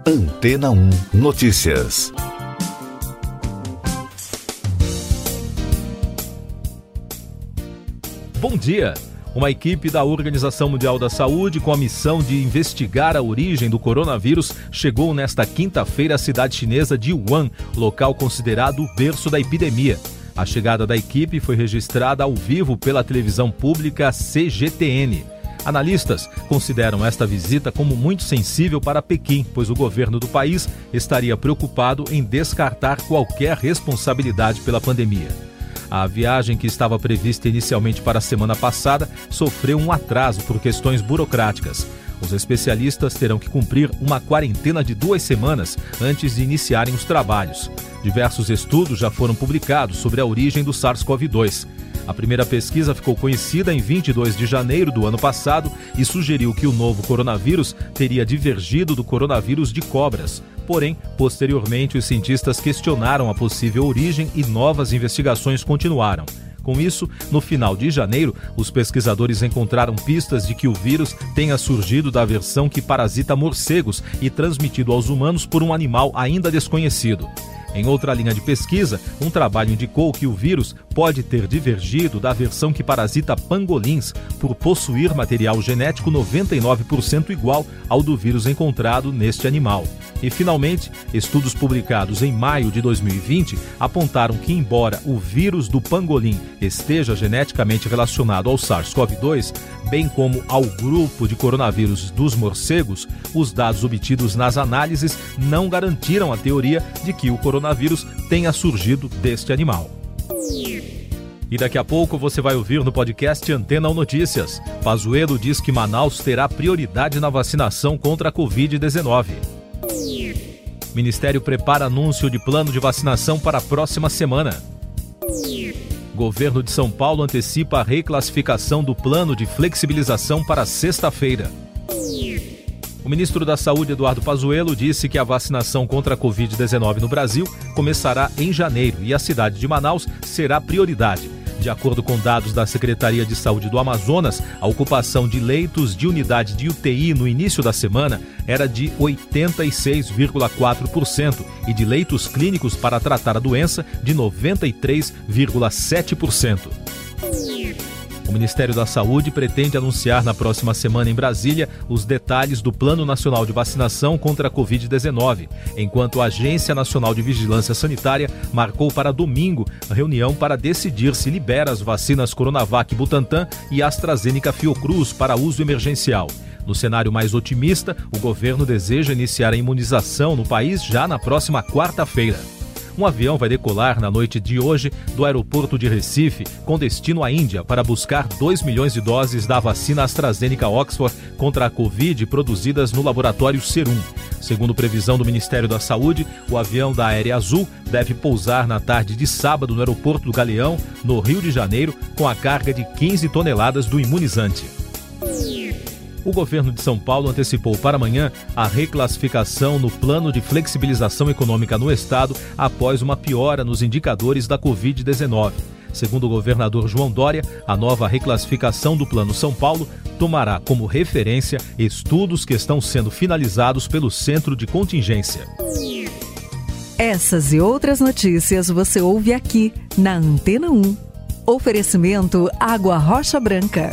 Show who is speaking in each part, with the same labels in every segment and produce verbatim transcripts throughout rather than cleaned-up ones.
Speaker 1: Antena um Notícias.
Speaker 2: Bom dia! Uma equipe da Organização Mundial da Saúde com a missão de investigar a origem do coronavírus chegou nesta quinta-feira à cidade chinesa de Wuhan, local considerado o berço da epidemia. A chegada da equipe foi registrada ao vivo pela televisão pública C G T N. Analistas consideram esta visita como muito sensível para Pequim, pois o governo do país estaria preocupado em descartar qualquer responsabilidade pela pandemia. A viagem, que estava prevista inicialmente para a semana passada, sofreu um atraso por questões burocráticas. Os especialistas terão que cumprir uma quarentena de duas semanas antes de iniciarem os trabalhos. Diversos estudos já foram publicados sobre a origem do SARS-CoV dois. A primeira pesquisa ficou conhecida em vinte e dois de janeiro do ano passado e sugeriu que o novo coronavírus teria divergido do coronavírus de cobras. Porém, posteriormente, os cientistas questionaram a possível origem e novas investigações continuaram. Com isso, no final de janeiro, os pesquisadores encontraram pistas de que o vírus tenha surgido da versão que parasita morcegos e transmitido aos humanos por um animal ainda desconhecido. Em outra linha de pesquisa, um trabalho indicou que o vírus pode ter divergido da versão que parasita pangolins por possuir material genético noventa e nove por cento igual ao do vírus encontrado neste animal. E, finalmente, estudos publicados em maio de dois mil e vinte apontaram que, embora o vírus do pangolim esteja geneticamente relacionado ao SARS-CoV dois, bem como ao grupo de coronavírus dos morcegos, os dados obtidos nas análises não garantiram a teoria de que o coronavírus tenha surgido deste animal. E daqui a pouco você vai ouvir no podcast Antena um Notícias. Pazuello diz que Manaus terá prioridade na vacinação contra a covid dezenove. Ministério prepara anúncio de plano de vacinação para a próxima semana. Governo de São Paulo antecipa a reclassificação do plano de flexibilização para sexta-feira. O ministro da Saúde, Eduardo Pazuello, disse que a vacinação contra a covid dezenove no Brasil começará em janeiro e a cidade de Manaus será prioridade. De acordo com dados da Secretaria de Saúde do Amazonas, a ocupação de leitos de unidade de U T I no início da semana era de oitenta e seis vírgula quatro por cento e de leitos clínicos para tratar a doença de noventa e três vírgula sete por cento. O Ministério da Saúde pretende anunciar na próxima semana em Brasília os detalhes do Plano Nacional de Vacinação contra a covid dezenove, enquanto a Agência Nacional de Vigilância Sanitária marcou para domingo a reunião para decidir se libera as vacinas Coronavac Butantan e AstraZeneca Fiocruz para uso emergencial. No cenário mais otimista, o governo deseja iniciar a imunização no país já na próxima quarta-feira. Um avião vai decolar na noite de hoje do aeroporto de Recife com destino à Índia para buscar dois milhões de doses da vacina AstraZeneca Oxford contra a Covid produzidas no laboratório Serum. Segundo previsão do Ministério da Saúde, o avião da Aérea Azul deve pousar na tarde de sábado no aeroporto do Galeão, no Rio de Janeiro, com a carga de quinze toneladas do imunizante. O governo de São Paulo antecipou para amanhã a reclassificação no plano de flexibilização econômica no estado após uma piora nos indicadores da covid dezenove. Segundo o governador João Dória, a nova reclassificação do Plano São Paulo tomará como referência estudos que estão sendo finalizados pelo Centro de Contingência.
Speaker 3: Essas e outras notícias você ouve aqui na Antena um. Oferecimento Água Rocha Branca.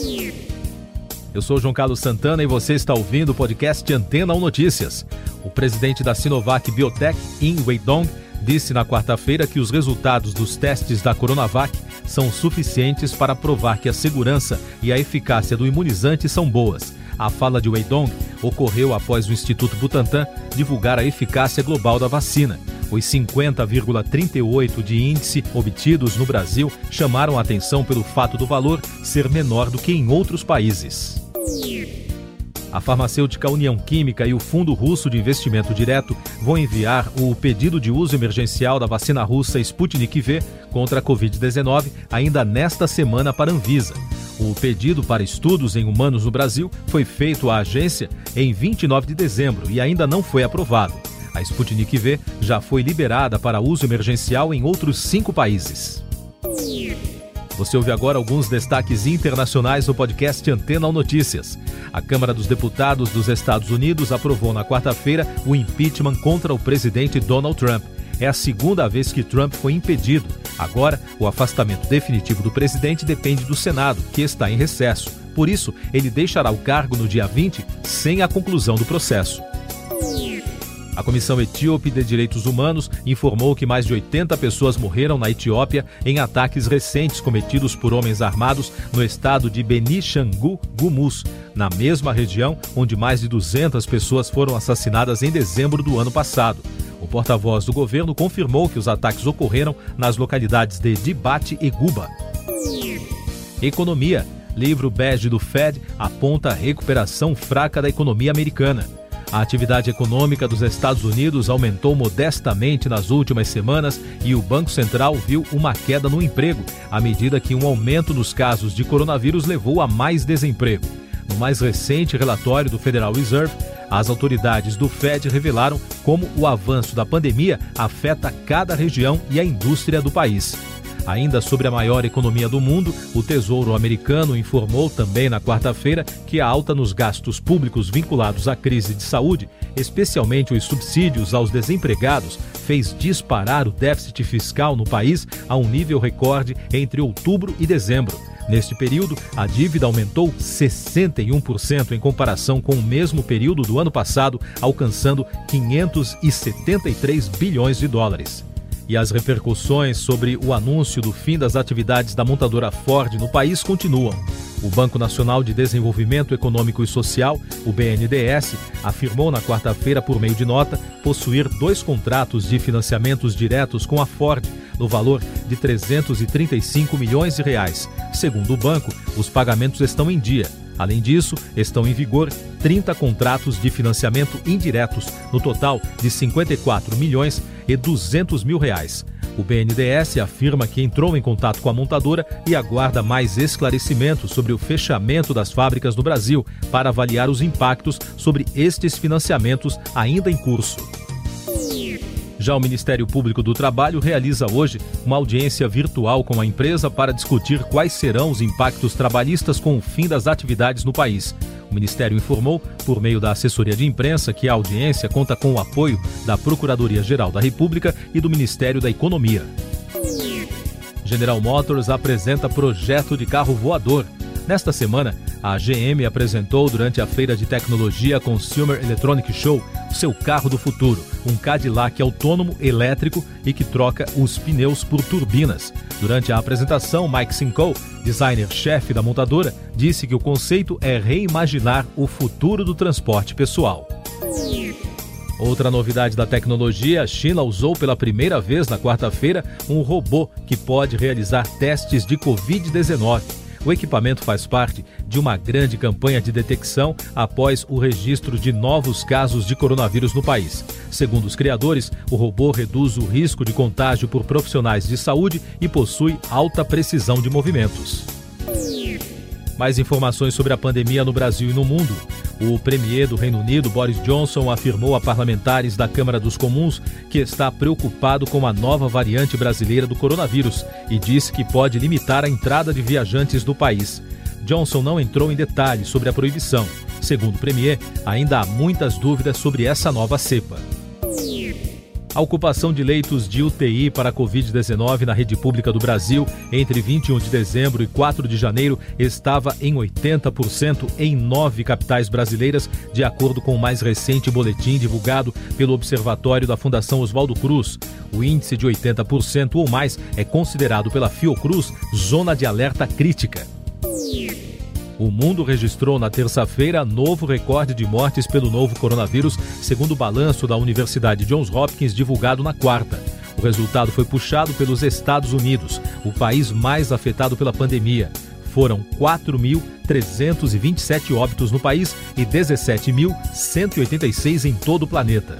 Speaker 2: Eu sou João Carlos Santana e você está ouvindo o podcast Antena um Notícias. O presidente da Sinovac Biotech, In Weidong, disse na quarta-feira que os resultados dos testes da Coronavac são suficientes para provar que a segurança e a eficácia do imunizante são boas. A fala de Weidong ocorreu após o Instituto Butantan divulgar a eficácia global da vacina. Os cinquenta vírgula trinta e oito de índice obtidos no Brasil chamaram a atenção pelo fato do valor ser menor do que em outros países. A farmacêutica União Química e o Fundo Russo de Investimento Direto vão enviar o pedido de uso emergencial da vacina russa Sputnik V contra a covid dezenove ainda nesta semana para a Anvisa. O pedido para estudos em humanos no Brasil foi feito à agência em vinte e nove de dezembro e ainda não foi aprovado. A Sputnik V já foi liberada para uso emergencial em outros cinco países. Você ouve agora alguns destaques internacionais no podcast Antena um Notícias. A Câmara dos Deputados dos Estados Unidos aprovou na quarta-feira o impeachment contra o presidente Donald Trump. É a segunda vez que Trump foi impedido. Agora, o afastamento definitivo do presidente depende do Senado, que está em recesso. Por isso, ele deixará o cargo no dia vinte, sem a conclusão do processo. A Comissão Etíope de Direitos Humanos informou que mais de oitenta pessoas morreram na Etiópia em ataques recentes cometidos por homens armados no estado de Benishangul-Gumuz, na mesma região onde mais de duzentas pessoas foram assassinadas em dezembro do ano passado. O porta-voz do governo confirmou que os ataques ocorreram nas localidades de Dibate e Guba. Economia. Livro bege do Fed aponta a recuperação fraca da economia americana. A atividade econômica dos Estados Unidos aumentou modestamente nas últimas semanas e o Banco Central viu uma queda no emprego, à medida que um aumento nos casos de coronavírus levou a mais desemprego. No mais recente relatório do Federal Reserve, as autoridades do Fed revelaram como o avanço da pandemia afeta cada região e a indústria do país. Ainda sobre a maior economia do mundo, o Tesouro Americano informou também na quarta-feira que a alta nos gastos públicos vinculados à crise de saúde, especialmente os subsídios aos desempregados, fez disparar o déficit fiscal no país a um nível recorde entre outubro e dezembro. Neste período, a dívida aumentou sessenta e um por cento em comparação com o mesmo período do ano passado, alcançando quinhentos e setenta e três bilhões de dólares. E as repercussões sobre o anúncio do fim das atividades da montadora Ford no país continuam. O Banco Nacional de Desenvolvimento Econômico e Social, o B N D E S, afirmou na quarta-feira, por meio de nota, possuir dois contratos de financiamentos diretos com a Ford, no valor de trezentos e trinta e cinco milhões de reais. Segundo o banco, os pagamentos estão em dia. Além disso, estão em vigor trinta contratos de financiamento indiretos, no total de cinquenta e quatro milhões e duzentos mil reais. O B N D E S afirma que entrou em contato com a montadora e aguarda mais esclarecimentos sobre o fechamento das fábricas no Brasil para avaliar os impactos sobre estes financiamentos ainda em curso. Já o Ministério Público do Trabalho realiza hoje uma audiência virtual com a empresa para discutir quais serão os impactos trabalhistas com o fim das atividades no país. O Ministério informou, por meio da assessoria de imprensa, que a audiência conta com o apoio da Procuradoria-Geral da República e do Ministério da Economia. General Motors apresenta projeto de carro voador. Nesta semana, a G M apresentou durante a feira de tecnologia Consumer Electronic Show seu carro do futuro, um Cadillac autônomo elétrico e que troca os pneus por turbinas. Durante a apresentação, Mike Simcoe, designer-chefe da montadora, disse que o conceito é reimaginar o futuro do transporte pessoal. Outra novidade da tecnologia, a China usou pela primeira vez na quarta-feira um robô que pode realizar testes de covid dezenove. O equipamento faz parte de uma grande campanha de detecção após o registro de novos casos de coronavírus no país. Segundo os criadores, o robô reduz o risco de contágio por profissionais de saúde e possui alta precisão de movimentos. Mais informações sobre a pandemia no Brasil e no mundo. O premier do Reino Unido, Boris Johnson, afirmou a parlamentares da Câmara dos Comuns que está preocupado com a nova variante brasileira do coronavírus e disse que pode limitar a entrada de viajantes do país. Johnson não entrou em detalhes sobre a proibição. Segundo o premier, ainda há muitas dúvidas sobre essa nova cepa. A ocupação de leitos de U T I para a covid dezenove na rede pública do Brasil entre vinte e um de dezembro e quatro de janeiro estava em oitenta por cento em nove capitais brasileiras, de acordo com o mais recente boletim divulgado pelo Observatório da Fundação Oswaldo Cruz. O índice de oitenta por cento ou mais é considerado pela Fiocruz zona de alerta crítica. O mundo registrou na terça-feira novo recorde de mortes pelo novo coronavírus, segundo o balanço da Universidade Johns Hopkins divulgado na quarta. O resultado foi puxado pelos Estados Unidos, o país mais afetado pela pandemia. Foram quatro mil trezentos e vinte e sete óbitos no país e dezessete mil cento e oitenta e seis em todo o planeta.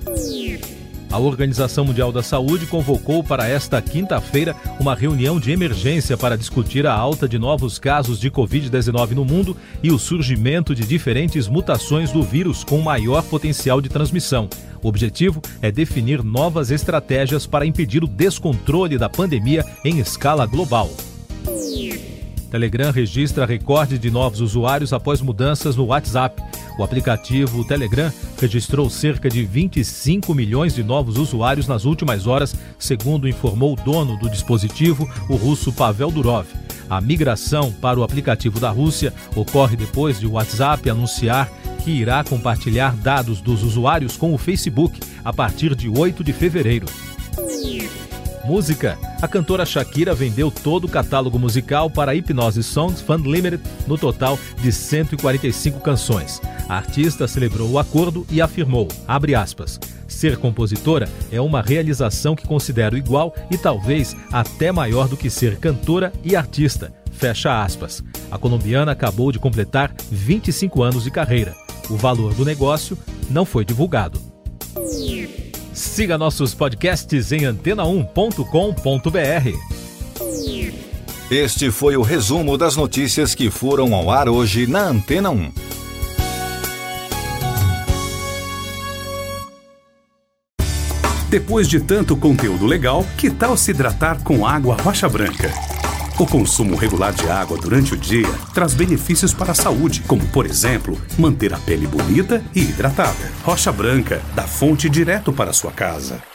Speaker 2: A Organização Mundial da Saúde convocou para esta quinta-feira uma reunião de emergência para discutir a alta de novos casos de covid dezenove no mundo e o surgimento de diferentes mutações do vírus com maior potencial de transmissão. O objetivo é definir novas estratégias para impedir o descontrole da pandemia em escala global. Telegram registra recorde de novos usuários após mudanças no WhatsApp. O aplicativo Telegram registrou cerca de vinte e cinco milhões de novos usuários nas últimas horas, segundo informou o dono do dispositivo, o russo Pavel Durov. A migração para o aplicativo da Rússia ocorre depois de o WhatsApp anunciar que irá compartilhar dados dos usuários com o Facebook a partir de oito de fevereiro. Música. A cantora Shakira vendeu todo o catálogo musical para a Hipnose Songs Fund Limited, no total de cento e quarenta e cinco canções. A artista celebrou o acordo e afirmou, abre aspas, ser compositora é uma realização que considero igual e talvez até maior do que ser cantora e artista, fecha aspas. A colombiana acabou de completar vinte e cinco anos de carreira. O valor do negócio não foi divulgado. Siga nossos podcasts em antena um ponto com ponto b r.
Speaker 1: Este foi o resumo das notícias que foram ao ar hoje na Antena um.
Speaker 4: Depois de tanto conteúdo legal, que tal se hidratar com água Rocha Branca? O consumo regular de água durante o dia traz benefícios para a saúde, como, por exemplo, manter a pele bonita e hidratada. Rocha Branca, da fonte direto para a sua casa.